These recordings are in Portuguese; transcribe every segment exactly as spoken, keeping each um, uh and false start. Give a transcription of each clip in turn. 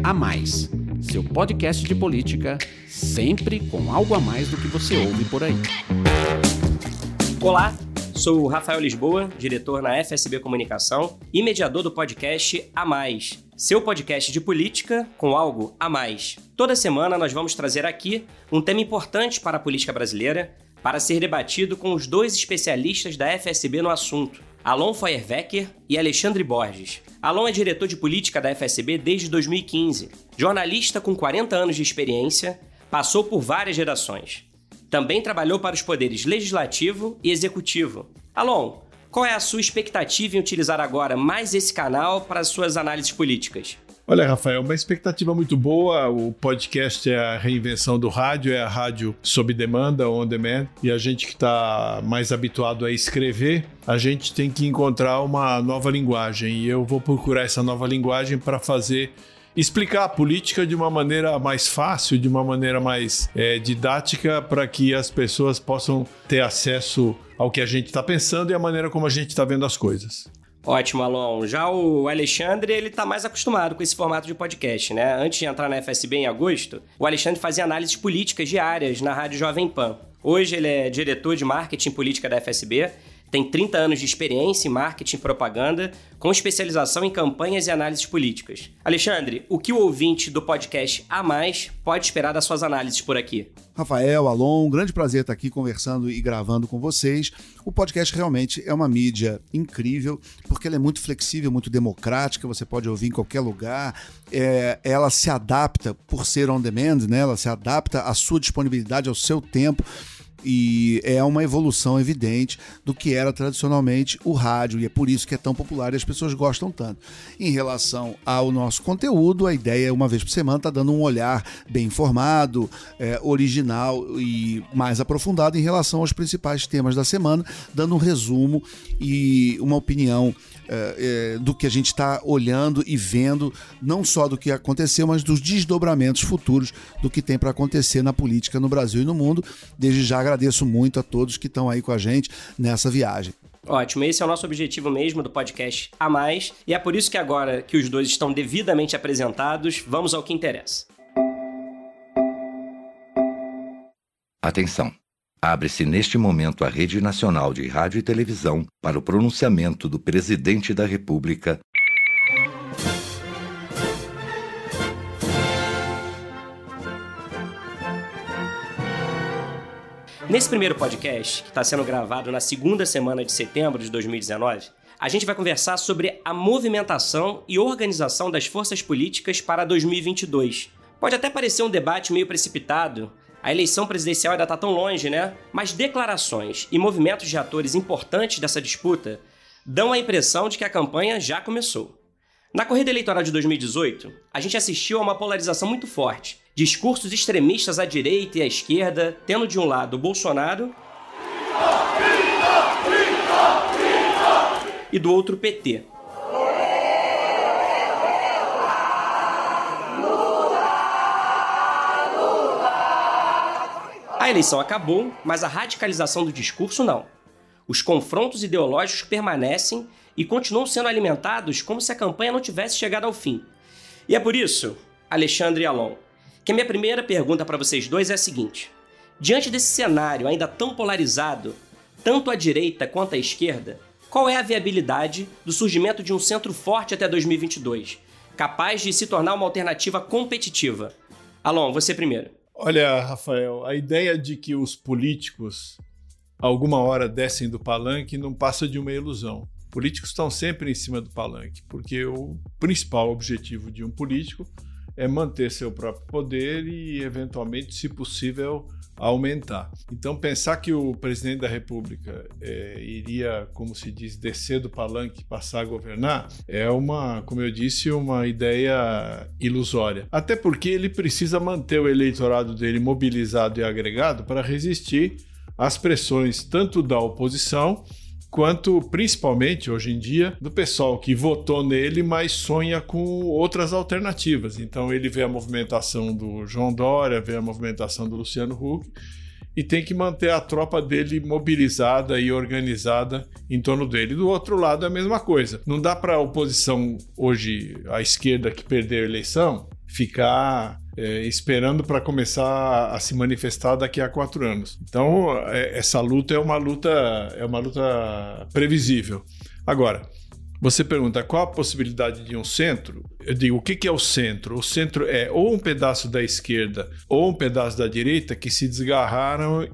A Mais, seu podcast de política, sempre com algo a mais do que você ouve por aí. Olá, sou o Rafael Lisboa, diretor na F S B Comunicação e mediador do podcast A Mais, seu podcast de política com algo a mais. Toda semana nós vamos trazer aqui um tema importante para a política brasileira para ser debatido com os dois especialistas da F S B no assunto, Alon Feuerwecker e Alexandre Borges. Alon é diretor de política da F S B desde dois mil e quinze. Jornalista com quarenta anos de experiência, passou por várias gerações. Também trabalhou para os poderes legislativo e executivo. Alon, qual é a sua expectativa em utilizar agora mais esse canal para as suas análises políticas? Olha, Rafael, uma expectativa muito boa. O podcast é a reinvenção do rádio, é a rádio sob demanda, on demand, e a gente que está mais habituado a escrever, a gente tem que encontrar uma nova linguagem, e eu vou procurar essa nova linguagem para fazer explicar a política de uma maneira mais fácil, de uma maneira mais é, didática, para que as pessoas possam ter acesso ao que a gente está pensando e a maneira como a gente está vendo as coisas. Ótimo, Alon. Já o Alexandre, ele tá mais acostumado com esse formato de podcast, né? Antes de entrar na F S B em agosto, o Alexandre fazia análises políticas diárias na Rádio Jovem Pan. Hoje ele é diretor de marketing política da F S B, tem trinta anos de experiência em marketing e propaganda, com especialização em campanhas e análises políticas. Alexandre, o que o ouvinte do podcast A Mais pode esperar das suas análises por aqui? Rafael, Alon, um grande prazer estar aqui conversando e gravando com vocês. O podcast realmente é uma mídia incrível, porque ela é muito flexível, muito democrática, você pode ouvir em qualquer lugar. É, ela se adapta, por ser on demand, né? Ela se adapta à sua disponibilidade, ao seu tempo. E é uma evolução evidente do que era tradicionalmente o rádio, e é por isso que é tão popular e as pessoas gostam tanto. Em relação ao nosso conteúdo, a ideia é, uma vez por semana, estar dando um olhar bem informado, é, original e mais aprofundado em relação aos principais temas da semana, dando um resumo e uma opinião é, é, do que a gente está olhando e vendo, não só do que aconteceu, mas dos desdobramentos futuros do que tem para acontecer na política no Brasil e no mundo. Desde já agradeço muito a todos que estão aí com a gente nessa viagem. Ótimo, esse é o nosso objetivo mesmo do podcast A Mais, e é por isso que agora que os dois estão devidamente apresentados, vamos ao que interessa. Atenção! Abre-se neste momento a Rede Nacional de Rádio e Televisão para o pronunciamento do Presidente da República. Nesse primeiro podcast, que está sendo gravado na segunda semana de setembro de dois mil e dezenove, a gente vai conversar sobre a movimentação e organização das forças políticas para dois mil e vinte e dois. Pode até parecer um debate meio precipitado, a eleição presidencial ainda está tão longe, né? Mas declarações e movimentos de atores importantes dessa disputa dão a impressão de que a campanha já começou. Na corrida eleitoral de dois mil e dezoito, a gente assistiu a uma polarização muito forte. Discursos extremistas à direita e à esquerda, tendo de um lado Bolsonaro e do outro P T. A eleição acabou, mas a radicalização do discurso não. Os confrontos ideológicos permanecem e continuam sendo alimentados como se a campanha não tivesse chegado ao fim. E é por isso, Alexandre e Alon, que a minha primeira pergunta para vocês dois é a seguinte: diante desse cenário ainda tão polarizado, tanto à direita quanto à esquerda, qual é a viabilidade do surgimento de um centro forte até dois mil e vinte e dois, capaz de se tornar uma alternativa competitiva? Alon, você primeiro. Olha, Rafael, a ideia de que os políticos alguma hora descem do palanque não passa de uma ilusão. Políticos estão sempre em cima do palanque, porque o principal objetivo de um político é manter seu próprio poder e, eventualmente, se possível, aumentar. Então, pensar que o presidente da República é, iria, como se diz, descer do palanque e passar a governar, é uma, como eu disse, uma ideia ilusória. Até porque ele precisa manter o eleitorado dele mobilizado e agregado para resistir às pressões tanto da oposição quanto, principalmente, hoje em dia, do pessoal que votou nele, mas sonha com outras alternativas. Então ele vê a movimentação do João Dória, vê a movimentação do Luciano Huck e tem que manter a tropa dele mobilizada e organizada em torno dele. Do outro lado, é a mesma coisa. Não dá para a oposição hoje, a esquerda que perdeu a eleição, ficar é, esperando para começar a se manifestar daqui a quatro anos. Então, é, essa luta é uma luta, é uma luta previsível. Agora, você pergunta qual a possibilidade de um centro? Eu digo, o que, que é o centro? O centro é ou um pedaço da esquerda ou um pedaço da direita que se desgarraram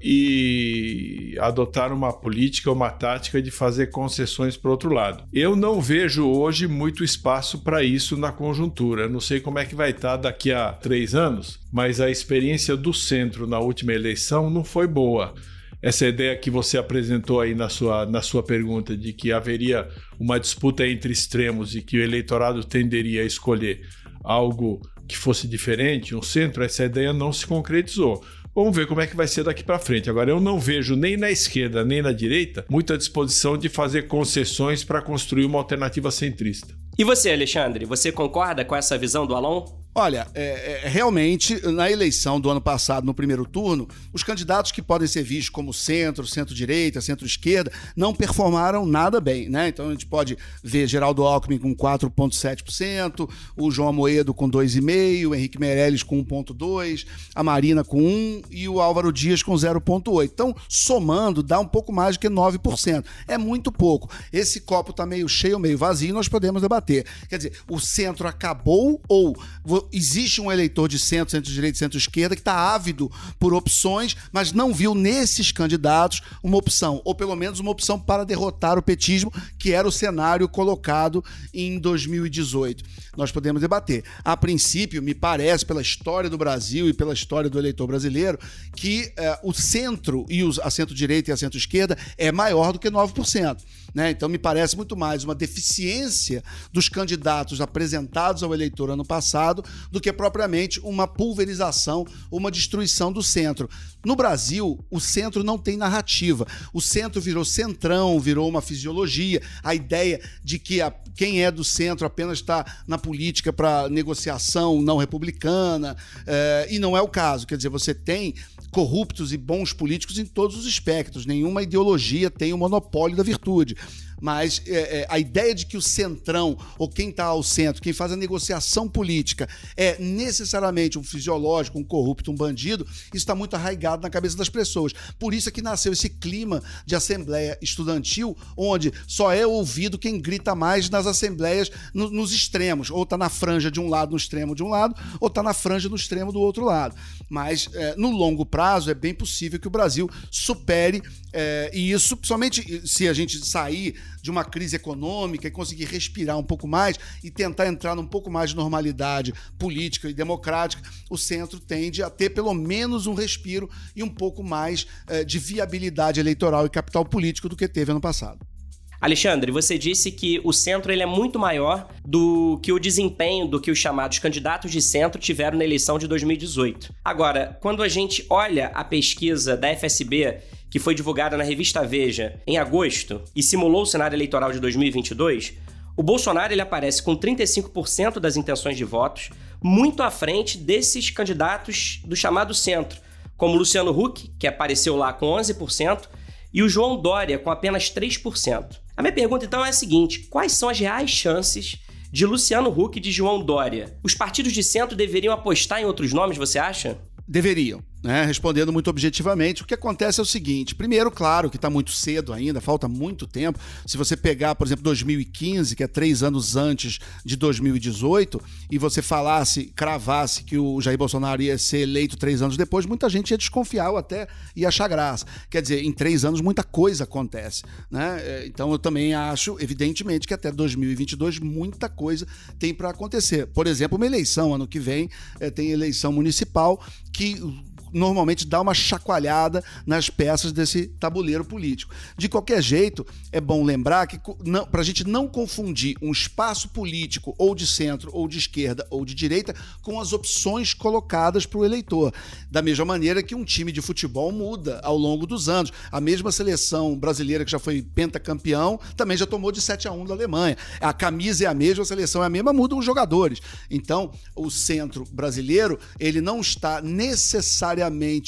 e adotaram uma política, uma tática de fazer concessões para o outro lado. Eu não vejo hoje muito espaço para isso na conjuntura. Eu não sei como é que vai estar daqui a três anos, mas a experiência do centro na última eleição não foi boa. Essa ideia que você apresentou aí na sua, na sua pergunta de que haveria uma disputa entre extremos e que o eleitorado tenderia a escolher algo que fosse diferente, um centro, essa ideia não se concretizou. Vamos ver como é que vai ser daqui para frente. Agora, eu não vejo nem na esquerda nem na direita muita disposição de fazer concessões para construir uma alternativa centrista. E você, Alexandre, você concorda com essa visão do Alon? Olha, é, é, realmente, na eleição do ano passado, no primeiro turno, os candidatos que podem ser vistos como centro, centro-direita, centro-esquerda, não performaram nada bem, né? Então a gente pode ver Geraldo Alckmin com quatro vírgula sete por cento, o João Amoedo com dois vírgula cinco por cento, o Henrique Meirelles com um vírgula dois por cento, a Marina com um por cento e o Álvaro Dias com zero vírgula oito por cento. Então, somando, dá um pouco mais do que nove por cento. É muito pouco. Esse copo está meio cheio, meio vazio, nós podemos debater. Quer dizer, o centro acabou ou existe um eleitor de centro, centro-direita e centro-esquerda que está ávido por opções, mas não viu nesses candidatos uma opção, ou pelo menos uma opção para derrotar o petismo, que era o cenário colocado em dois mil e dezoito. Nós podemos debater. A princípio, me parece, pela história do Brasil e pela história do eleitor brasileiro, que eh, o centro e os, a centro-direita e a centro-esquerda é maior do que nove por cento. Né? Então, me parece muito mais uma deficiência dos candidatos apresentados ao eleitor ano passado do que propriamente uma pulverização, uma destruição do centro. No Brasil, o centro não tem narrativa. O centro virou centrão, virou uma fisiologia. A ideia de que a, quem é do centro apenas está na política para negociação não republicana, é, e não é o caso. Quer dizer, você tem corruptos e bons políticos em todos os espectros. Nenhuma ideologia tem o monopólio da virtude. Mas é, é, a ideia de que o centrão, ou quem está ao centro, quem faz a negociação política, é necessariamente um fisiológico, um corrupto, um bandido, isso está muito arraigado na cabeça das pessoas. Por isso é que nasceu esse clima de assembleia estudantil, onde só é ouvido quem grita mais nas assembleias no, nos extremos. Ou está na franja de um lado, no extremo de um lado, ou está na franja no extremo do outro lado. Mas, é, no longo prazo, é bem possível que o Brasil supere, é, e isso, somente se a gente sair de uma crise econômica e conseguir respirar um pouco mais e tentar entrar num pouco mais de normalidade política e democrática, o centro tende a ter pelo menos um respiro e um pouco mais eh, de viabilidade eleitoral e capital político do que teve ano passado. Alexandre, você disse que o centro ele é muito maior do que o desempenho do que os chamados candidatos de centro tiveram na eleição de dois mil e dezoito. Agora, quando a gente olha a pesquisa da F S B, que foi divulgada na revista Veja em agosto e simulou o cenário eleitoral de dois mil e vinte e dois, o Bolsonaro ele aparece com trinta e cinco por cento das intenções de votos, muito à frente desses candidatos do chamado centro, como Luciano Huck, que apareceu lá com onze por cento, e o João Dória com apenas três por cento. A minha pergunta, então, é a seguinte: quais são as reais chances de Luciano Huck e de João Dória? Os partidos de centro deveriam apostar em outros nomes, você acha? Deveriam. Né? Respondendo muito objetivamente, o que acontece é o seguinte: primeiro, claro que está muito cedo ainda, falta muito tempo. Se você pegar, por exemplo, dois mil e quinze, que é três anos antes de dois mil e dezoito, e você falasse, cravasse que o Jair Bolsonaro ia ser eleito três anos depois, muita gente ia desconfiar ou até ia achar graça. Quer dizer, em três anos muita coisa acontece. Né? Então eu também acho, evidentemente, que até dois mil e vinte e dois muita coisa tem para acontecer. Por exemplo, uma eleição, ano que vem, é, tem eleição municipal que normalmente dá uma chacoalhada nas peças desse tabuleiro político. De qualquer jeito, é bom lembrar que para a gente não confundir um espaço político ou de centro, ou de esquerda, ou de direita com as opções colocadas para o eleitor. Da mesma maneira que um time de futebol muda ao longo dos anos. A mesma seleção brasileira que já foi pentacampeão também já tomou de sete a um da Alemanha. A camisa é a mesma, a seleção é a mesma, mudam os jogadores. Então, o centro brasileiro, ele não está necessariamente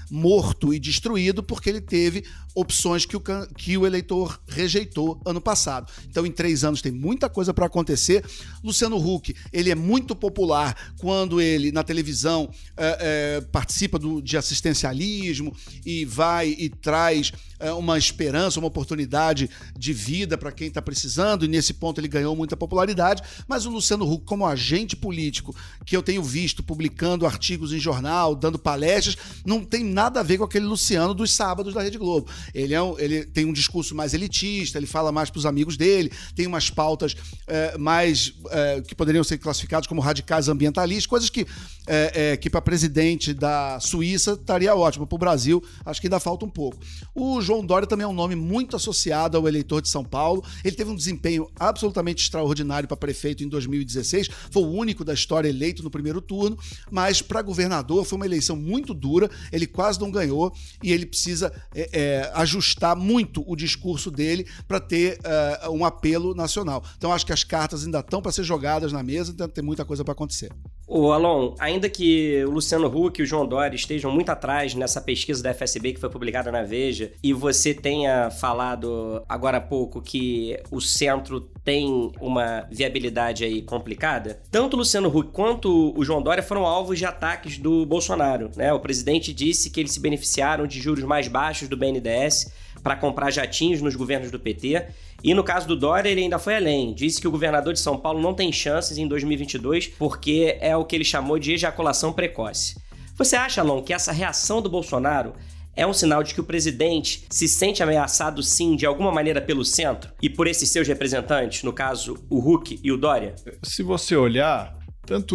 morto e destruído porque ele teve opções que o, que o eleitor rejeitou ano passado. Então, em três anos tem muita coisa para acontecer. Luciano Huck, ele é muito popular quando ele, na televisão, é, é, participa do, de assistencialismo e vai e traz é, uma esperança, uma oportunidade de vida para quem está precisando, e nesse ponto ele ganhou muita popularidade. Mas o Luciano Huck, como agente político, que eu tenho visto publicando artigos em jornal, dando palestras, não tem nada a ver com aquele Luciano dos sábados da Rede Globo. Ele, é um, ele tem um discurso mais elitista, ele fala mais para os amigos dele, tem umas pautas é, mais é, que poderiam ser classificadas como radicais ambientalistas, coisas que, é, é, que para presidente da Suíça estaria ótimo. Para o Brasil, acho que ainda falta um pouco. O João Dória também é um nome muito associado ao eleitor de São Paulo. Ele teve um desempenho absolutamente extraordinário para prefeito em dois mil e dezesseis, foi o único da história eleito no primeiro turno, mas para governador foi uma eleição muito dura, ele quase não ganhou e ele precisa é, é, ajustar muito o discurso dele para ter uh, um apelo nacional. Então acho que as cartas ainda estão para ser jogadas na mesa, então tem muita coisa para acontecer. Ô Alon, ainda que o Luciano Huck e o João Dória estejam muito atrás nessa pesquisa da F S B que foi publicada na Veja, e você tenha falado agora há pouco que o centro tem uma viabilidade aí complicada, tanto o Luciano Huck quanto o João Dória foram alvos de ataques do Bolsonaro, né? O presidente disse que eles se beneficiaram de juros mais baixos do B N D E S para comprar jatinhos nos governos do P T. E no caso do Dória, ele ainda foi além. Disse que o governador de São Paulo não tem chances em dois mil e vinte e dois porque é o que ele chamou de ejaculação precoce. Você acha, Alon, que essa reação do Bolsonaro é um sinal de que o presidente se sente ameaçado, sim, de alguma maneira pelo centro e por esses seus representantes, no caso, o Huck e o Dória? Se você olhar, tanto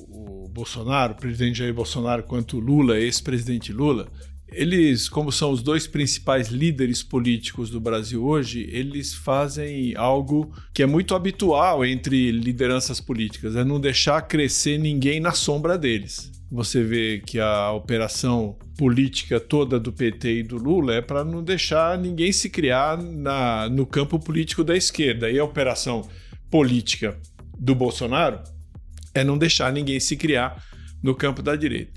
o Bolsonaro, o presidente Jair Bolsonaro, quanto o Lula, ex-presidente Lula, eles, como são os dois principais líderes políticos do Brasil hoje, eles fazem algo que é muito habitual entre lideranças políticas, é não deixar crescer ninguém na sombra deles. Você vê que a operação política toda do P T e do Lula é para não deixar ninguém se criar na, no campo político da esquerda. E a operação política do Bolsonaro é não deixar ninguém se criar no campo da direita.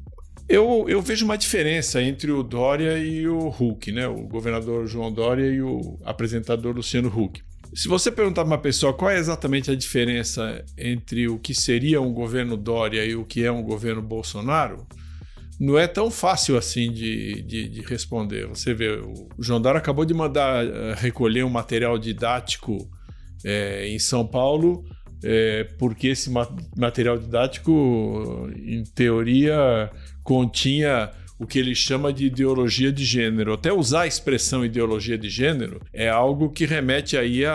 Eu, eu vejo uma diferença entre o Dória e o Huck, né? O governador João Dória e o apresentador Luciano Huck. Se você perguntar para uma pessoa qual é exatamente a diferença entre o que seria um governo Dória e o que é um governo Bolsonaro, não é tão fácil assim de, de, de responder. Você vê, o João Dória acabou de mandar uh, recolher um material didático é, em São Paulo, é, porque esse ma- material didático, em teoria, continha o que ele chama de ideologia de gênero. Até usar a expressão ideologia de gênero é algo que remete aí a,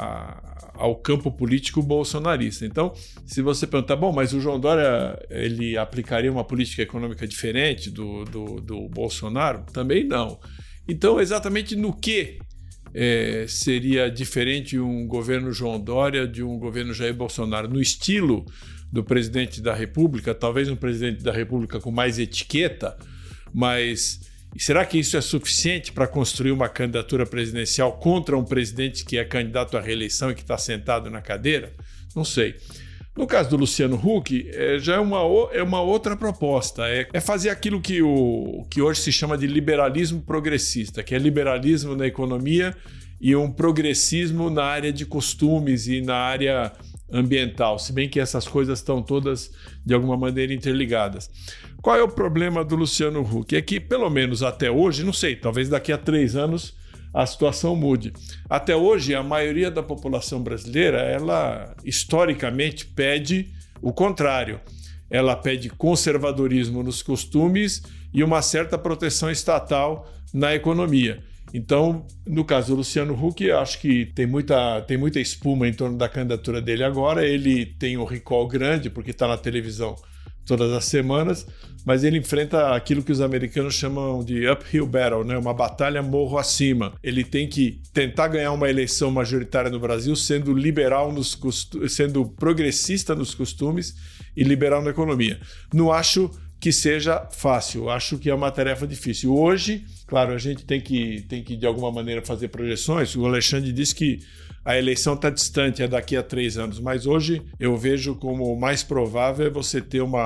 a, ao campo político bolsonarista. Então, se você perguntar, bom, mas o João Dória ele aplicaria uma política econômica diferente do, do, do Bolsonaro? Também não. Então, exatamente no que é, seria diferente um governo João Dória de um governo Jair Bolsonaro? No estilo do presidente da República, talvez um presidente da República com mais etiqueta, mas será que isso é suficiente para construir uma candidatura presidencial contra um presidente que é candidato à reeleição e que está sentado na cadeira? Não sei. No caso do Luciano Huck, é, já é uma, é uma outra proposta, é, é fazer aquilo que, o, que hoje se chama de liberalismo progressista, que é liberalismo na economia e um progressismo na área de costumes e na área ambiental, se bem que essas coisas estão todas de alguma maneira interligadas. Qual é o problema do Luciano Huck? É que, pelo menos até hoje, não sei, talvez daqui a três anos a situação mude. Até hoje, a maioria da população brasileira, ela historicamente pede o contrário. Ela pede conservadorismo nos costumes e uma certa proteção estatal na economia. Então, no caso do Luciano Huck, acho que tem muita, tem muita espuma em torno da candidatura dele agora. Ele tem um recall grande, porque está na televisão todas as semanas, mas ele enfrenta aquilo que os americanos chamam de uphill battle, né? Uma batalha morro acima. Ele tem que tentar ganhar uma eleição majoritária no Brasil sendo liberal, nos costu- sendo progressista nos costumes e liberal na economia. Não acho que seja fácil, acho que é uma tarefa difícil. Hoje, claro, a gente tem que, tem que de alguma maneira fazer projeções. O Alexandre disse que a eleição está distante, é daqui a três anos, mas hoje eu vejo como o mais provável é você ter uma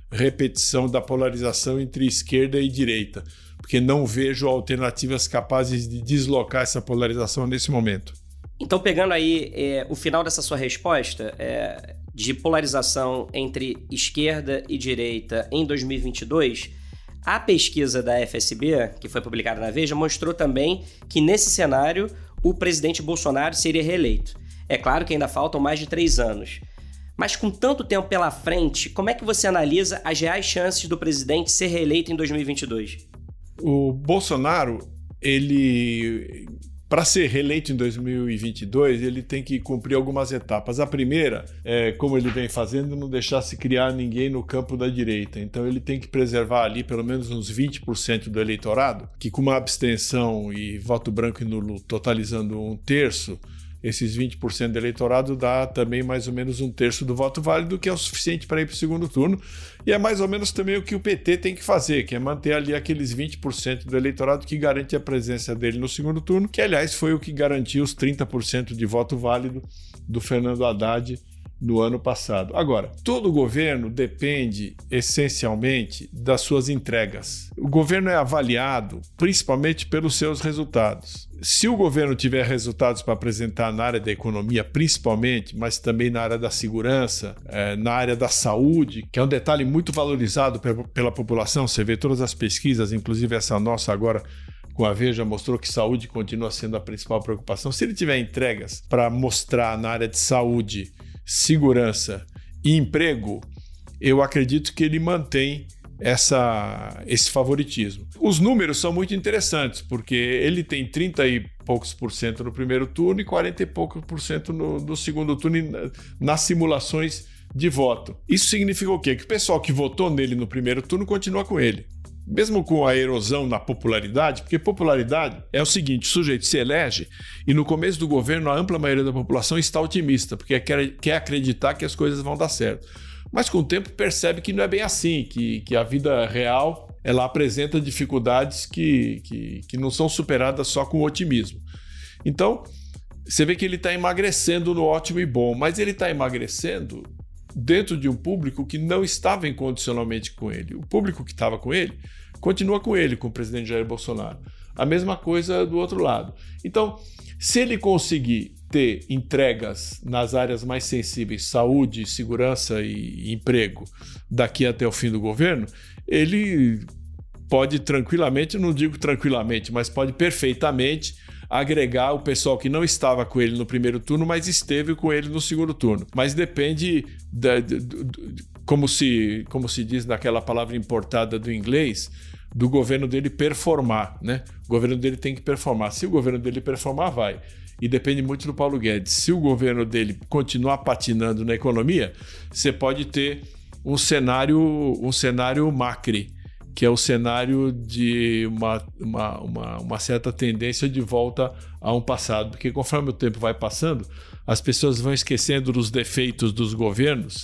repetição da polarização entre esquerda e direita, porque não vejo alternativas capazes de deslocar essa polarização nesse momento. Então, pegando aí é, o final dessa sua resposta, é, de polarização entre esquerda e direita em dois mil e vinte e dois, a pesquisa da F S B, que foi publicada na Veja, mostrou também que nesse cenário o presidente Bolsonaro seria reeleito. É claro que ainda faltam mais de três anos. Mas com tanto tempo pela frente, como é que você analisa as reais chances do presidente ser reeleito em dois mil e vinte e dois? O Bolsonaro, ele, para ser reeleito em dois mil e vinte e dois, ele tem que cumprir algumas etapas. A primeira, é, como ele vem fazendo, não deixar se criar ninguém no campo da direita. Então ele tem que preservar ali pelo menos uns vinte por cento do eleitorado, que com uma abstenção e voto branco e nulo totalizando um terço, esses vinte por cento do eleitorado dá também mais ou menos um terço do voto válido, que é o suficiente para ir para o segundo turno. E é mais ou menos também o que o P T tem que fazer, que é manter ali aqueles vinte por cento do eleitorado que garante a presença dele no segundo turno, que aliás foi o que garantiu os trinta por cento de voto válido do Fernando Haddad no ano passado. Agora, todo governo depende essencialmente das suas entregas. O governo é avaliado principalmente pelos seus resultados. Se o governo tiver resultados para apresentar na área da economia, principalmente, mas também na área da segurança, é, na área da saúde, que é um detalhe muito valorizado pela, pela população, você vê todas as pesquisas, inclusive essa nossa agora com a Veja, mostrou que saúde continua sendo a principal preocupação. Se ele tiver entregas para mostrar na área de saúde, segurança e emprego, eu acredito que ele mantém essa, esse favoritismo. Os números são muito interessantes, porque ele tem trinta e poucos por cento no primeiro turno e quarenta e poucos por cento no, no segundo turno nas simulações de voto. Isso significa o quê? Que o pessoal que votou nele no primeiro turno continua com ele. Mesmo com a erosão na popularidade, porque popularidade é o seguinte, o sujeito se elege e no começo do governo a ampla maioria da população está otimista, porque quer, quer acreditar que as coisas vão dar certo. Mas com o tempo percebe que não é bem assim, que, que a vida real ela apresenta dificuldades que, que, que não são superadas só com otimismo. Então, você vê que ele está emagrecendo no ótimo e bom, mas ele está emagrecendo dentro de um público que não estava incondicionalmente com ele. O público que estava com ele continua com ele, com o presidente Jair Bolsonaro. A mesma coisa do outro lado. Então, se ele conseguir ter entregas nas áreas mais sensíveis, saúde, segurança e emprego, daqui até o fim do governo, ele pode tranquilamente, não digo tranquilamente, mas pode perfeitamente agregar o pessoal que não estava com ele no primeiro turno, mas esteve com ele no segundo turno. Mas depende, da, de, de, de, como, se, como se diz naquela palavra importada do inglês, do governo dele performar, né? O governo dele tem que performar. Se o governo dele performar, vai. E depende muito do Paulo Guedes. Se o governo dele continuar patinando na economia, você pode ter um cenário, um cenário Macri, que é o cenário de uma, uma, uma, uma certa tendência de volta a um passado. Porque conforme o tempo vai passando, as pessoas vão esquecendo dos defeitos dos governos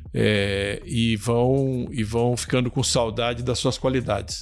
é, e, vão, e vão ficando com saudade das suas qualidades.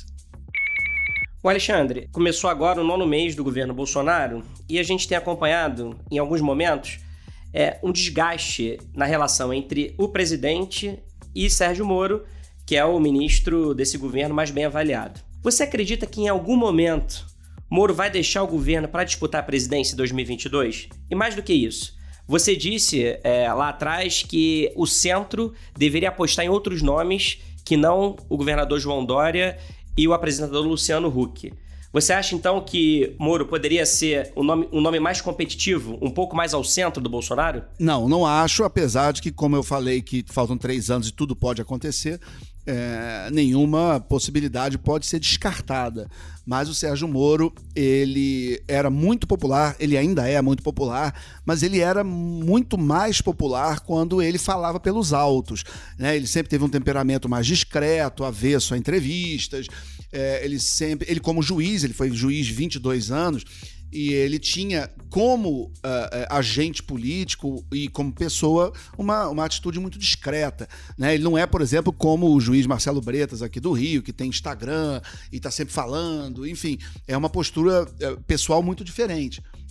O Alexandre, começou agora o nono mês do governo Bolsonaro e a gente tem acompanhado, em alguns momentos, é, um desgaste na relação entre o presidente e Sérgio Moro, que é o ministro desse governo mais bem avaliado. Você acredita que em algum momento Moro vai deixar o governo para disputar a presidência em dois mil e vinte e dois? E mais do que isso, você disse é, lá atrás que o centro deveria apostar em outros nomes que não o governador João Dória e o apresentador Luciano Huck. Você acha então que Moro poderia ser um nome, um nome mais competitivo, um pouco mais ao centro do Bolsonaro? Não, não acho, apesar de que, como eu falei, que faltam três anos e tudo pode acontecer, é, nenhuma possibilidade pode ser descartada. Mas o Sérgio Moro, ele era muito popular, ele ainda é muito popular, mas ele era muito mais popular quando ele falava pelos altos, né? Ele sempre teve um temperamento mais discreto, avesso a entrevistas, é, ele sempre, ele como juiz, ele foi juiz vinte e dois anos, e ele tinha como uh, agente político e como pessoa uma, uma atitude muito discreta, né? Ele não é, por exemplo, como o juiz Marcelo Bretas aqui do Rio, que tem Instagram e está sempre falando, enfim, é uma postura uh, pessoal muito diferente,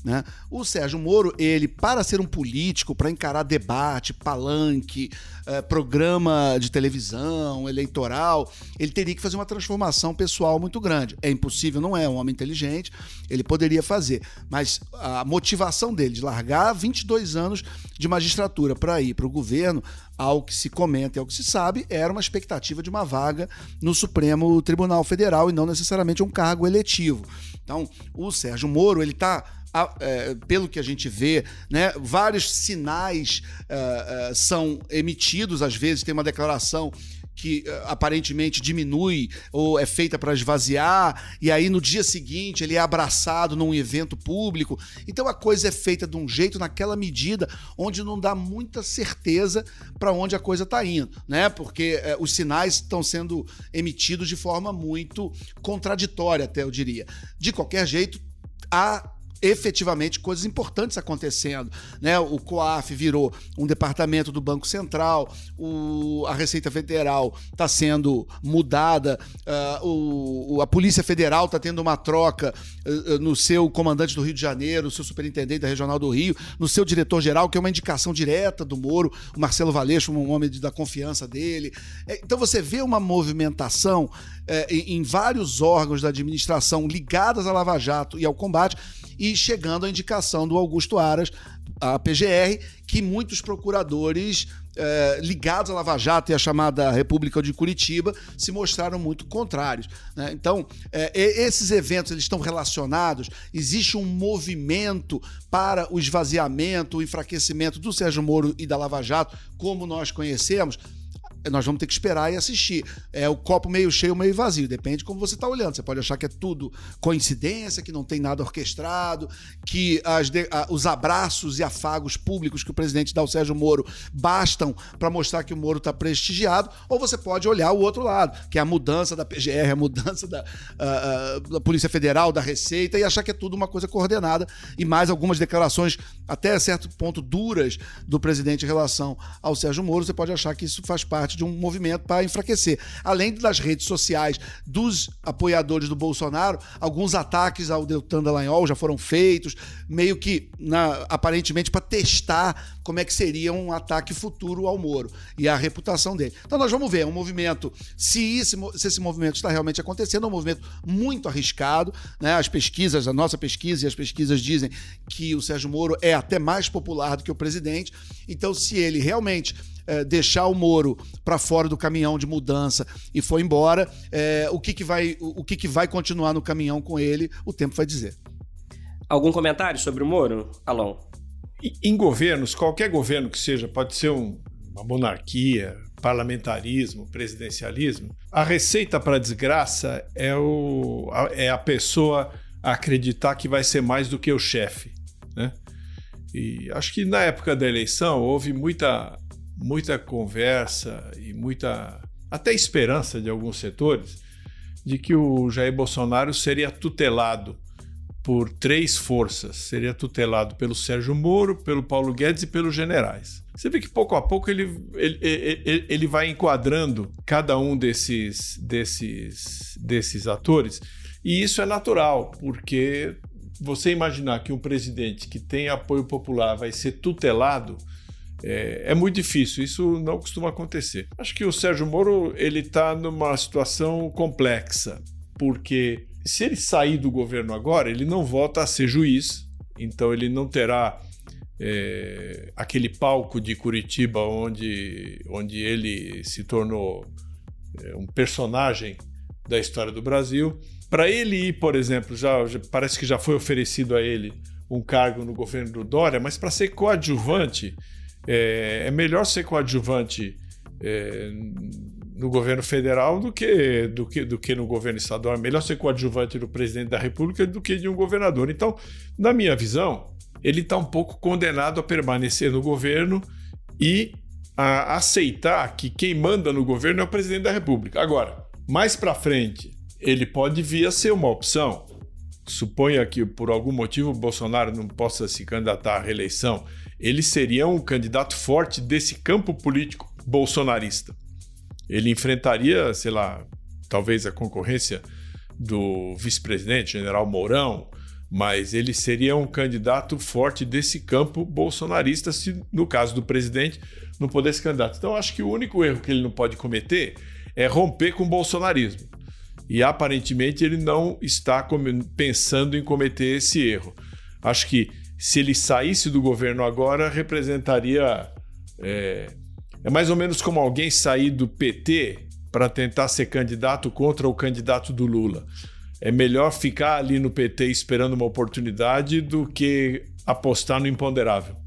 né? O Sérgio Moro, ele, para ser um político, para encarar debate, palanque, eh, programa de televisão, eleitoral, ele teria que fazer uma transformação pessoal muito grande. É impossível, não é um homem inteligente, ele poderia fazer, mas a motivação dele de largar vinte e dois anos de magistratura para ir para o governo, ao que se comenta e ao que se sabe, era uma expectativa de uma vaga no Supremo Tribunal Federal e não necessariamente um cargo eletivo. Então, o Sérgio Moro, ele está, é, pelo que a gente vê, né, vários sinais é, é, são emitidos, às vezes tem uma declaração que uh, aparentemente diminui ou é feita para esvaziar, e aí no dia seguinte ele é abraçado num evento público. Então a coisa é feita de um jeito, naquela medida, onde não dá muita certeza para onde a coisa está indo, né? Porque uh, os sinais estão sendo emitidos de forma muito contraditória, até eu diria. De qualquer jeito, há efetivamente coisas importantes acontecendo, né? O COAF virou um departamento do Banco Central, o, a Receita Federal está sendo mudada, uh, o, a Polícia Federal está tendo uma troca uh, no seu comandante do Rio de Janeiro, no seu superintendente da Regional do Rio, no seu diretor-geral, que é uma indicação direta do Moro, o Marcelo Valeixo, um homem de, da confiança dele. Então você vê uma movimentação uh, em, em vários órgãos da administração ligadas à Lava Jato e ao combate, e chegando à indicação do Augusto Aras, a P G R, que muitos procuradores eh, ligados à Lava Jato e à chamada República de Curitiba se mostraram muito contrários, né? Então, eh, esses eventos eles estão relacionados, existe um movimento para o esvaziamento, o enfraquecimento do Sérgio Moro e da Lava Jato, como nós conhecemos. Nós vamos ter que esperar e assistir. É o copo meio cheio ou meio vazio, depende de como você está olhando. Você pode achar que é tudo coincidência, que não tem nada orquestrado, que as de, a, os abraços e afagos públicos que o presidente dá ao Sérgio Moro bastam para mostrar que o Moro está prestigiado, ou você pode olhar o outro lado, que é a mudança da P G R, a mudança da, a, a, da Polícia Federal, da Receita, e achar que é tudo uma coisa coordenada, e mais algumas declarações, até certo ponto duras, do presidente em relação ao Sérgio Moro. Você pode achar que isso faz parte de um movimento para enfraquecer. Além das redes sociais dos apoiadores do Bolsonaro, alguns ataques ao Deltan Dallagnol já foram feitos, meio que, na, aparentemente, para testar como é que seria um ataque futuro ao Moro e a reputação dele. Então nós vamos ver, é um movimento, se esse, se esse movimento está realmente acontecendo, é um movimento muito arriscado, né? As pesquisas, a nossa pesquisa e as pesquisas dizem que o Sérgio Moro é até mais popular do que o presidente. Então, se ele realmente É, deixar o Moro para fora do caminhão de mudança e for embora, é, o, que, que, vai, o, o que, que vai continuar no caminhão com ele, o tempo vai dizer. Algum comentário sobre o Moro, Alon? Em governos, qualquer governo que seja, pode ser um, uma monarquia, parlamentarismo, presidencialismo, a receita para a desgraça é, o, a, é a pessoa acreditar que vai ser mais do que o chefe, né? E acho que na época da eleição houve muita... muita conversa e muita até esperança de alguns setores de que o Jair Bolsonaro seria tutelado por três forças. Seria tutelado pelo Sérgio Moro, pelo Paulo Guedes e pelos generais. Você vê que pouco a pouco ele, ele, ele, ele vai enquadrando cada um desses, desses, desses atores, e isso é natural, porque você imaginar que um presidente que tem apoio popular vai ser tutelado É, é muito difícil, isso não costuma acontecer. Acho que o Sérgio Moro ele está numa situação complexa, porque se ele sair do governo agora, ele não volta a ser juiz, então ele não terá é, aquele palco de Curitiba onde, onde ele se tornou é, um personagem da história do Brasil. Para ele ir, por exemplo, já, já parece que já foi oferecido a ele um cargo no governo do Dória, mas para ser coadjuvante, É, é melhor ser coadjuvante é, no governo federal do que, do, que, do que no governo estadual. É melhor ser coadjuvante do presidente da República do que de um governador. Então, na minha visão, ele está um pouco condenado a permanecer no governo e a aceitar que quem manda no governo é o presidente da República. Agora, mais para frente, ele pode vir a ser uma opção. Suponha que por algum motivo o Bolsonaro não possa se candidatar à reeleição, ele seria um candidato forte desse campo político bolsonarista. Ele enfrentaria, sei lá, talvez a concorrência do vice-presidente, general Mourão, mas ele seria um candidato forte desse campo bolsonarista se, no caso do presidente, não poder ser candidato. Então, acho que o único erro que ele não pode cometer é romper com o bolsonarismo. E, aparentemente, ele não está pensando em cometer esse erro. Acho que, se ele saísse do governo agora, representaria... É, é mais ou menos como alguém sair do P T para tentar ser candidato contra o candidato do Lula. É melhor ficar ali no P T esperando uma oportunidade do que apostar no imponderável.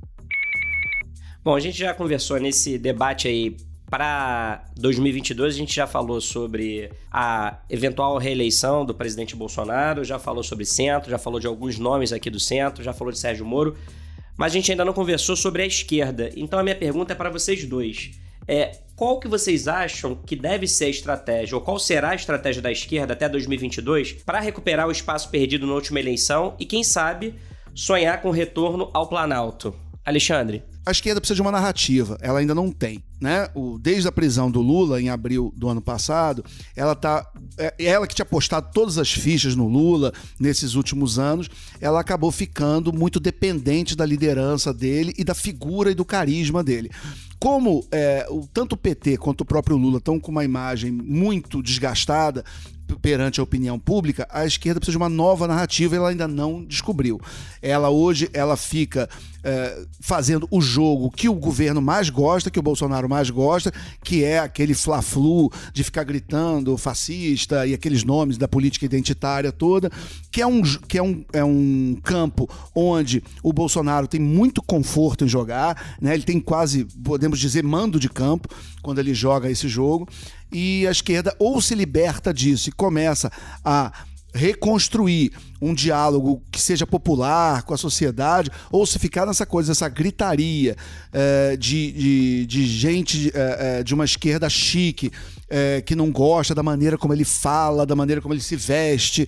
Bom, a gente já conversou nesse debate aí para dois mil e vinte e dois, a gente já falou sobre a eventual reeleição do presidente Bolsonaro, já falou sobre centro, já falou de alguns nomes aqui do centro, já falou de Sérgio Moro, mas a gente ainda não conversou sobre a esquerda. Então a minha pergunta é para vocês dois. É, qual que vocês acham que deve ser a estratégia, ou qual será a estratégia da esquerda até dois mil e vinte e dois para recuperar o espaço perdido na última eleição e, quem sabe, sonhar com o retorno ao Planalto? Alexandre? A esquerda precisa de uma narrativa, ela ainda não tem, né? O, desde a prisão do Lula, em abril do ano passado, ela tá, é, ela que tinha apostado todas as fichas no Lula nesses últimos anos, ela acabou ficando muito dependente da liderança dele e da figura e do carisma dele. Como é, o, tanto o P T quanto o próprio Lula estão com uma imagem muito desgastada perante a opinião pública, a esquerda precisa de uma nova narrativa e ela ainda não descobriu. Ela hoje ela fica é, fazendo o jogo que o governo mais gosta, que o Bolsonaro mais gosta, que é aquele fla-flu de ficar gritando fascista e aqueles nomes da política identitária toda, que é um, que é um, é um campo onde o Bolsonaro tem muito conforto em jogar, né? Ele tem quase, podemos dizer, mando de campo quando ele joga esse jogo. E a esquerda ou se liberta disso e começa a reconstruir um diálogo que seja popular com a sociedade, ou se ficar nessa coisa, essa gritaria é, de, de, de gente é, de uma esquerda chique, é, que não gosta da maneira como ele fala, da maneira como ele se veste,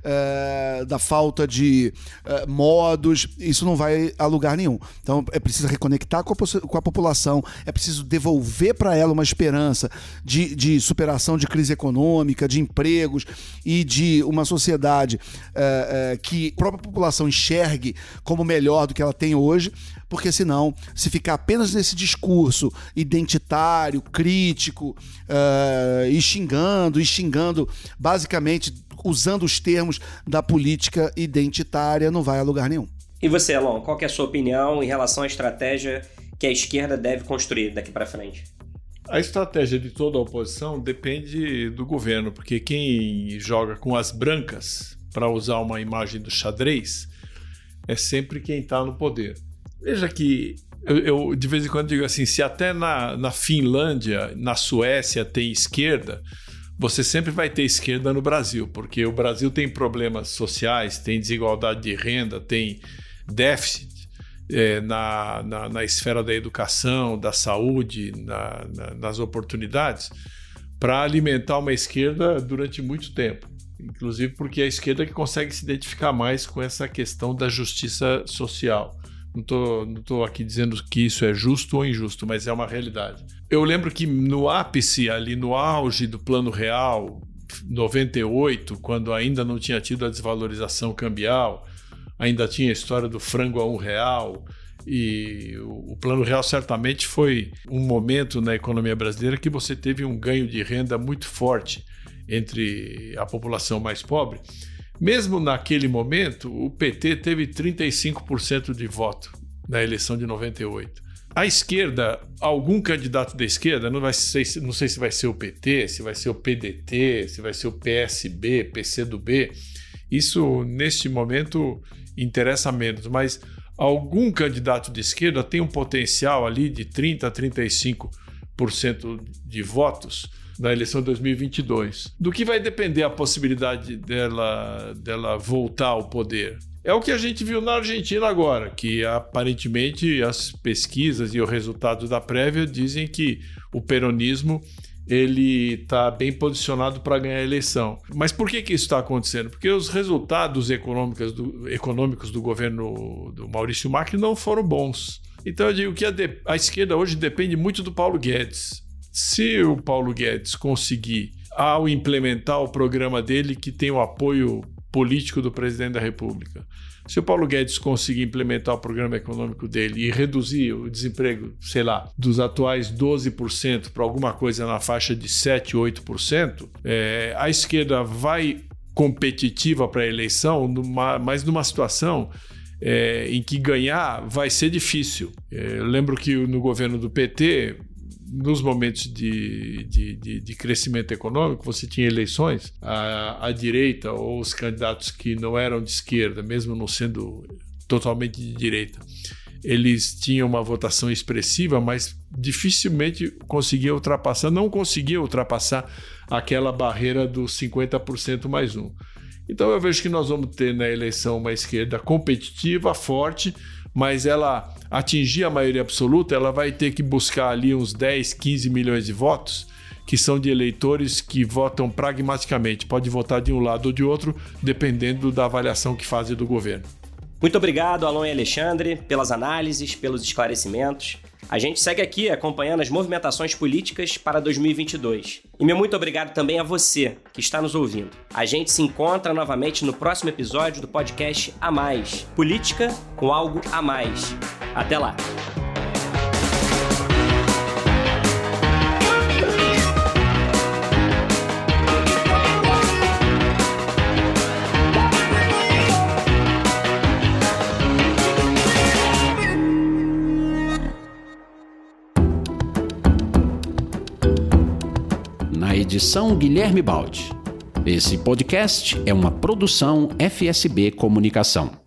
é, da falta de é, modos, isso não vai a lugar nenhum. Então é preciso reconectar com a, com a população, é preciso devolver para ela uma esperança de, de superação de crise econômica, de empregos e de uma sociedade é, é, que a própria população enxergue como melhor do que ela tem hoje, porque senão, se ficar apenas nesse discurso identitário, crítico, uh, e xingando, e xingando, basicamente usando os termos da política identitária, não vai a lugar nenhum. E você, Elon, qual que é a sua opinião em relação à estratégia que a esquerda deve construir daqui para frente? A estratégia de toda a oposição depende do governo, porque quem joga com as brancas, para usar uma imagem do xadrez, é sempre quem está no poder. Veja que eu, eu de vez em quando digo assim, se até na, na Finlândia, na Suécia tem esquerda, você sempre vai ter esquerda no Brasil, porque o Brasil tem problemas sociais, tem desigualdade de renda, tem déficit é, na, na, na esfera da educação, da saúde, na, na, nas oportunidades, para alimentar uma esquerda durante muito tempo. Inclusive porque é a esquerda que consegue se identificar mais com essa questão da justiça social. Não estou não tô aqui dizendo que isso é justo ou injusto, mas é uma realidade. Eu lembro que no ápice, ali no auge do Plano Real, noventa e oito, quando ainda não tinha tido a desvalorização cambial, ainda tinha a história do frango a um real, e o, o Plano Real certamente foi um momento na economia brasileira que você teve um ganho de renda muito forte entre a população mais pobre. Mesmo naquele momento, o P T teve trinta e cinco por cento de voto na eleição de noventa e oito. A esquerda, algum candidato da esquerda, não, vai ser, não sei se vai ser o P T, se vai ser o P D T, se vai ser o P S B, P C do B, isso neste momento interessa menos, mas algum candidato de esquerda tem um potencial ali de trinta a trinta e cinco por cento de votos na eleição de dois mil e vinte e dois. Do que vai depender a possibilidade dela, dela voltar ao poder? É o que a gente viu na Argentina agora, que aparentemente as pesquisas e o resultado da prévia dizem que o peronismo ele está bem posicionado para ganhar a eleição. Mas por que, que isso está acontecendo? Porque os resultados econômicos do, econômicos do governo do Maurício Macri não foram bons. Então eu digo que a, de, a esquerda hoje depende muito do Paulo Guedes. Se o Paulo Guedes conseguir, ao implementar o programa dele, que tem o apoio político do presidente da República. Se o Paulo Guedes conseguir implementar o programa econômico dele e reduzir o desemprego, sei lá, dos atuais doze por cento para alguma coisa na faixa de sete, oito por cento, é, a esquerda vai competitiva para a eleição, numa, mas numa situação é, em que ganhar vai ser difícil. É, eu lembro que no governo do P T, nos momentos de, de, de, de crescimento econômico, você tinha eleições, a, a direita ou os candidatos que não eram de esquerda, mesmo não sendo totalmente de direita, eles tinham uma votação expressiva, mas dificilmente conseguiam ultrapassar, não conseguiam ultrapassar aquela barreira dos cinquenta por cento mais um. Então eu vejo que nós vamos ter na eleição uma esquerda competitiva, forte, mas ela atingir a maioria absoluta, ela vai ter que buscar ali uns dez, quinze milhões de votos, que são de eleitores que votam pragmaticamente. Pode votar de um lado ou de outro, dependendo da avaliação que fazem do governo. Muito obrigado, Alon e Alexandre, pelas análises, pelos esclarecimentos. A gente segue aqui acompanhando as movimentações políticas para dois mil e vinte e dois. E meu muito obrigado também a você que está nos ouvindo. A gente se encontra novamente no próximo episódio do podcast A Mais. Política com algo a mais. Até lá! Edição Guilherme Baldi. Esse podcast é uma produção F S B Comunicação.